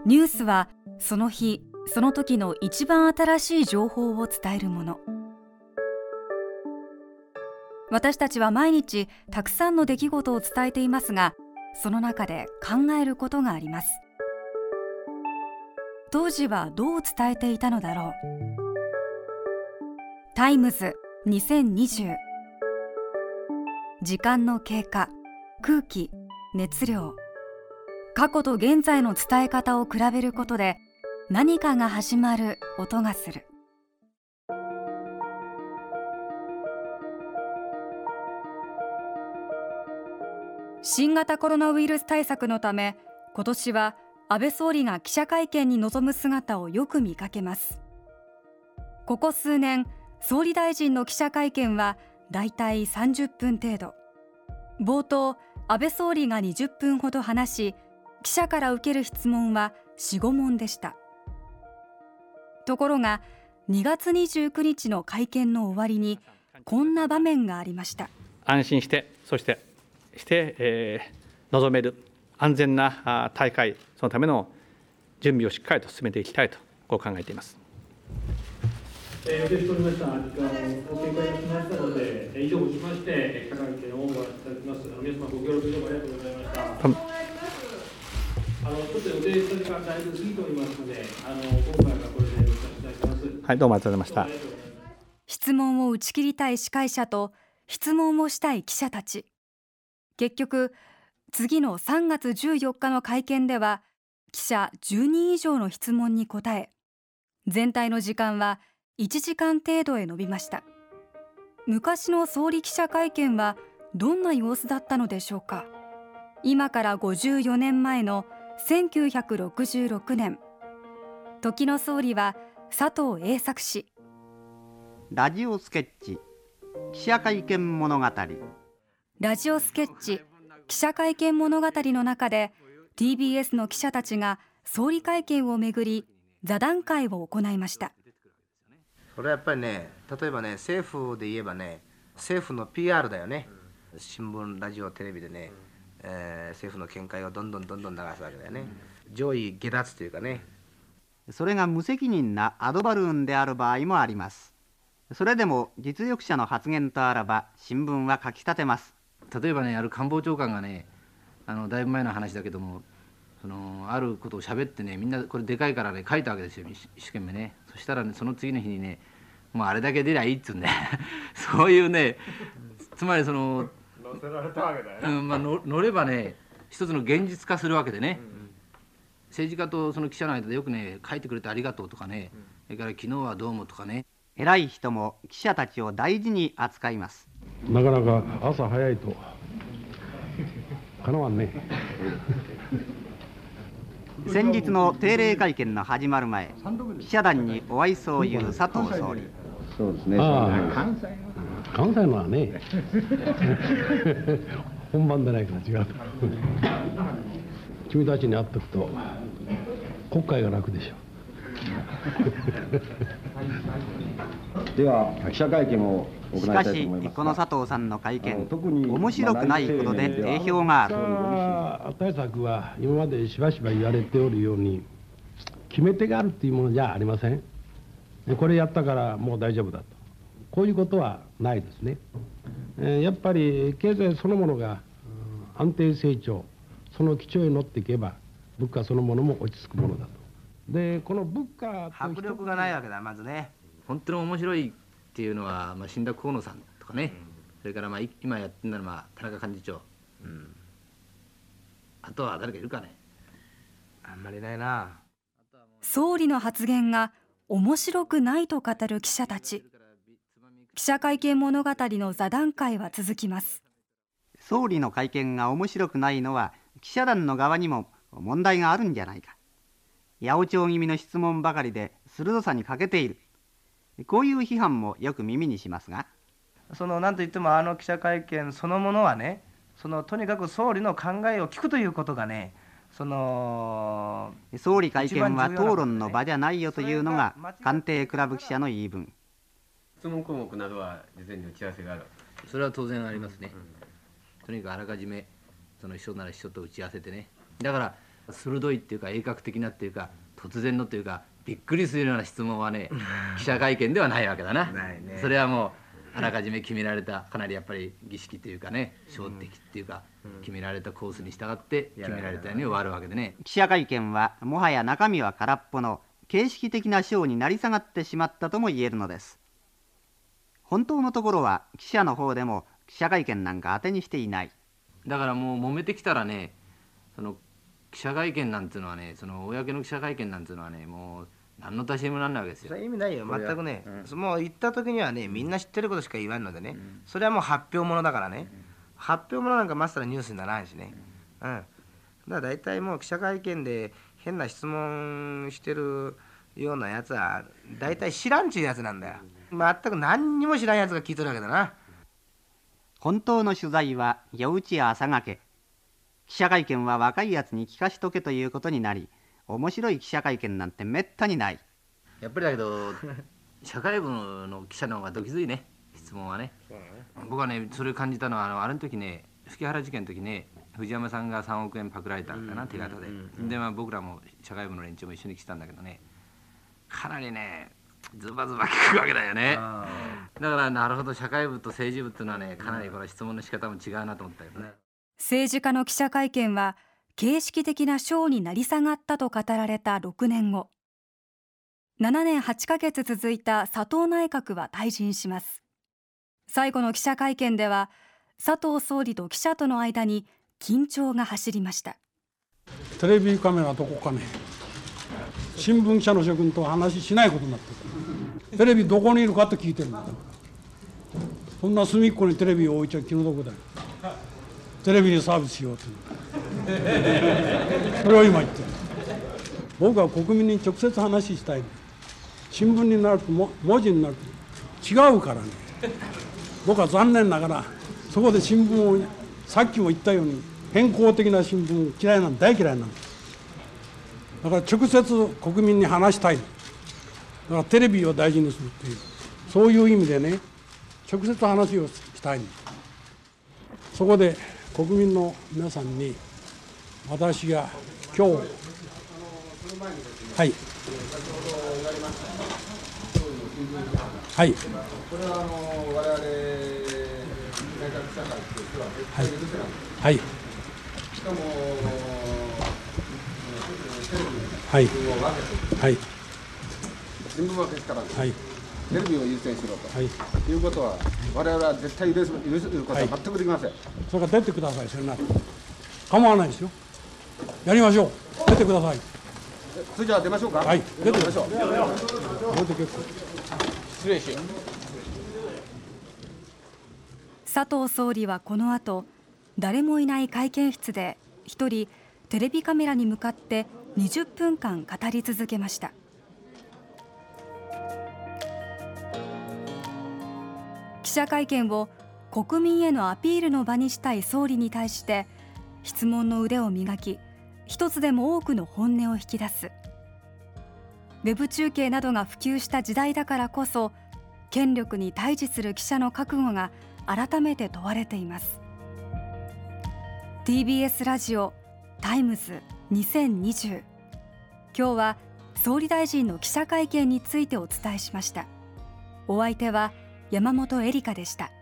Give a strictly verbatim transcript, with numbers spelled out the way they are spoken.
ニュースはその日その時の一番新しい情報を伝えるもの。私たちは毎日たくさんの出来事を伝えていますが、その中で考えることがあります。当時はどう伝えていたのだろう。タイムズにせんにじゅう。時間の経過、空気、熱量、過去と現在の伝え方を比べることで何かが始まる音がする。新型コロナウイルス対策のため、今年は安倍総理が記者会見に臨む姿をよく見かけます。ここ数年、総理大臣の記者会見はだいたいさんじゅっぷん程度。冒頭、安倍総理がにじゅっぷんほど話し、記者から受ける質問は よん、ご問でした。ところがにがつにじゅうくにちの会見の終わりにこんな場面がありました。 安心してそしてして、えー、臨める安全な大会、そのための準備をしっかりと進めていきたいとこう考えています。 予定しておりました時間をお経過いたしましたので、以上をしまして記者会見を終わらせていただきます。皆様ご協力どうもありがとうございました。あのちょっと予定した時間だいぶ過ぎておりますので、あの今回はこれでお伝えいたします。 はい、どうもありがとうございました。 質問を打ち切りたい司会者と質問をしたい記者たち。結局次のさんがつじゅうよっかの会見では記者じゅうにん以上の質問に答え、全体の時間はいちじかん程度へ伸びました。昔の総理記者会見はどんな様子だったのでしょうか。今からごじゅうよねんまえのせんきゅうひゃくろくじゅうろくねん、時の総理は佐藤栄作氏。 ラジオスケッチ記者会見物語。 ラジオスケッチ記者会見物語の中で ティービーエス の記者たちが総理会見をめぐり座談会を行いました。 それはやっぱりね、例えばね、政府で言えばね、政府の ピーアール だよね。新聞、ラジオ、テレビでね、えー、政府の見解をどんどんどんどん流すわけだよね。上位下脱というかね。 それが無責任なアドバルーンである場合もあります。それでも実力者の発言とあらば新聞は書き立てます。 例えばね、ある官房長官がね、あのだいぶ前の話だけども、そのあることを喋ってね、みんなこれでかいからね書いたわけですよ、一生懸命ね。そしたらね、その次の日にね、もうあれだけ出りゃいいっつうんでそういうね、つまりその乗せられたわけだよね、 うん、まあ、の乗ればね一つの現実化するわけでね、うんうん、政治家とその記者の間でよくね、書いてくれてありがとうとかね、うん、それから昨日はどうもとかね。 偉い人も記者たちを大事に扱います。 なかなか朝早いとかなわんね先日の定例会見の始まる前、記者団にお愛想を言う佐藤総理。 そうですね。ああ、関西関西のはね本番でないから違う君たちに会っておくと国会が楽でしょでは記者会見を行いしたいとかし思います。 この佐藤さんの会見、面白くないことで定評がある。 対策は今までしばしば言われておるように決め手があるっていうものじゃありません。これやったからもう大丈夫だと、こういうことはないですね。やっぱり経済そのものが安定成長、その基調に乗っていけば物価そのものも落ち着くものだと。でこの物価迫力がないわけだ、まずね。 本当に面白いっていうのは、まあ、死んだ河野さんとかね、うん、それからまあ今やってるのはまあ田中幹事長、うん、あとは誰かいるかね。 あんまりいないな。 総理の発言が面白くないと語る記者たち。記者会見物語の座談会は続きます。 総理の会見が面白くないのは記者団の側にも問題があるんじゃないか。八百長気味の質問ばかりで鋭さに欠けている、こういう批判もよく耳にしますが、 その何といってもあの記者会見そのものはね、そのとにかく総理の考えを聞くということがね、その総理会見は討論の場じゃないよというのが官邸クラブ記者の言い分。 質問項目などは事前に打ち合わせがある。 それは当然ありますね、うん、とにかくあらかじめその秘書なら秘書と打ち合わせてね。だから鋭いっていうか鋭角的なっていうか突然のっていうかびっくりするような質問はね記者会見ではないわけだな。 ないね。 それはもうあらかじめ決められたかなりやっぱり儀式というかね小的っていうか決められたコースに従って決められたように終わるわけでね。 記者会見はもはや中身は空っぽの形式的なショーになり下がってしまったとも言えるのです。本当のところは記者の方でも記者会見なんか当てにしていない。 だからもう揉めてきたらね、その記者会見なんていうのはね、その公の記者会見なんていうのはね、もう何の足しにもなんないわけですよ。 それは意味ないよ、全くね、うん、もう言った時にはね、みんな知ってることしか言わんのでね、うん、それはもう発表ものだからね、うん、発表ものなんかましたらニュースにならないしね、うん、うん、だから大体もう記者会見で変な質問してるようなやつは大体知らんちゅうやつなんだよ。全く何にも知らんやつが聞いとるわけだな。 本当の取材は夜打ちや朝がけ、記者会見は若いやつに聞かしとけということになり、面白い記者会見なんてめったにない。 やっぱりだけど社会部の記者の方がどきずいね、質問はね。僕はねそれを感じたのはあのあれの時ね、吹原事件の時ね、藤山さんがさんおくえんパクられたんだな、手形で。でまあ僕らも社会部の連中も一緒に来たんだけどね、かなりねズバズバ聞くわけだよね。だからなるほど、社会部と政治部っていうのはね、かなりこの質問の仕方も違うなと思ったよね。 政治家の記者会見は形式的なショーになり下がったと語られたろくねんご、ななねんはちかげつ続いた佐藤内閣は退陣します。最後の記者会見では佐藤総理と記者との間に緊張が走りました。 テレビカメラどこかね、新聞記者の諸君と話しないことになってる。テレビどこにいるかって聞いてるんだから、そんな隅っこにテレビを置いちゃ気の毒だよ。テレビにサービスしようってそれを今言ってる。僕は国民に直接話したい。新聞になるとも文字になると違うからね。僕は残念ながらそこで新聞をさっきも言ったように変更的な新聞嫌いなん大嫌いなんです。だから直接国民に話したい。だからテレビを大事にするっていう、そういう意味でね、直接話をしたいんです。そこで国民の皆さんに私が今日、はい、はい、これはあの我々内閣記者会としては絶対許せない。はい。しかもはい、はい、 新聞はけしからず、はい、テレビを優先しろと、 はい、 いうことは我々は絶対許す許すことは全くできません。はい、 それから出てください。それなら構わないですよ。やりましょう。出てください。 それじゃあ出ましょうか。 はい、出てみましょう。 出て結構。 失礼しよう。 佐藤総理はこの後、誰もいない会見室で一人テレビカメラに向かってにじゅっぷんかん語り続けました。記者会見を国民へのアピールの場にしたい総理に対して、質問の腕を磨き、一つでも多くの本音を引き出す。ウェブ中継などが普及した時代だからこそ、権力に対峙する記者の覚悟が改めて問われています。 ティービーエス ラジオタイムズにせんにじゅう、今日は総理大臣の記者会見についてお伝えしました。お相手は山本恵里香でした。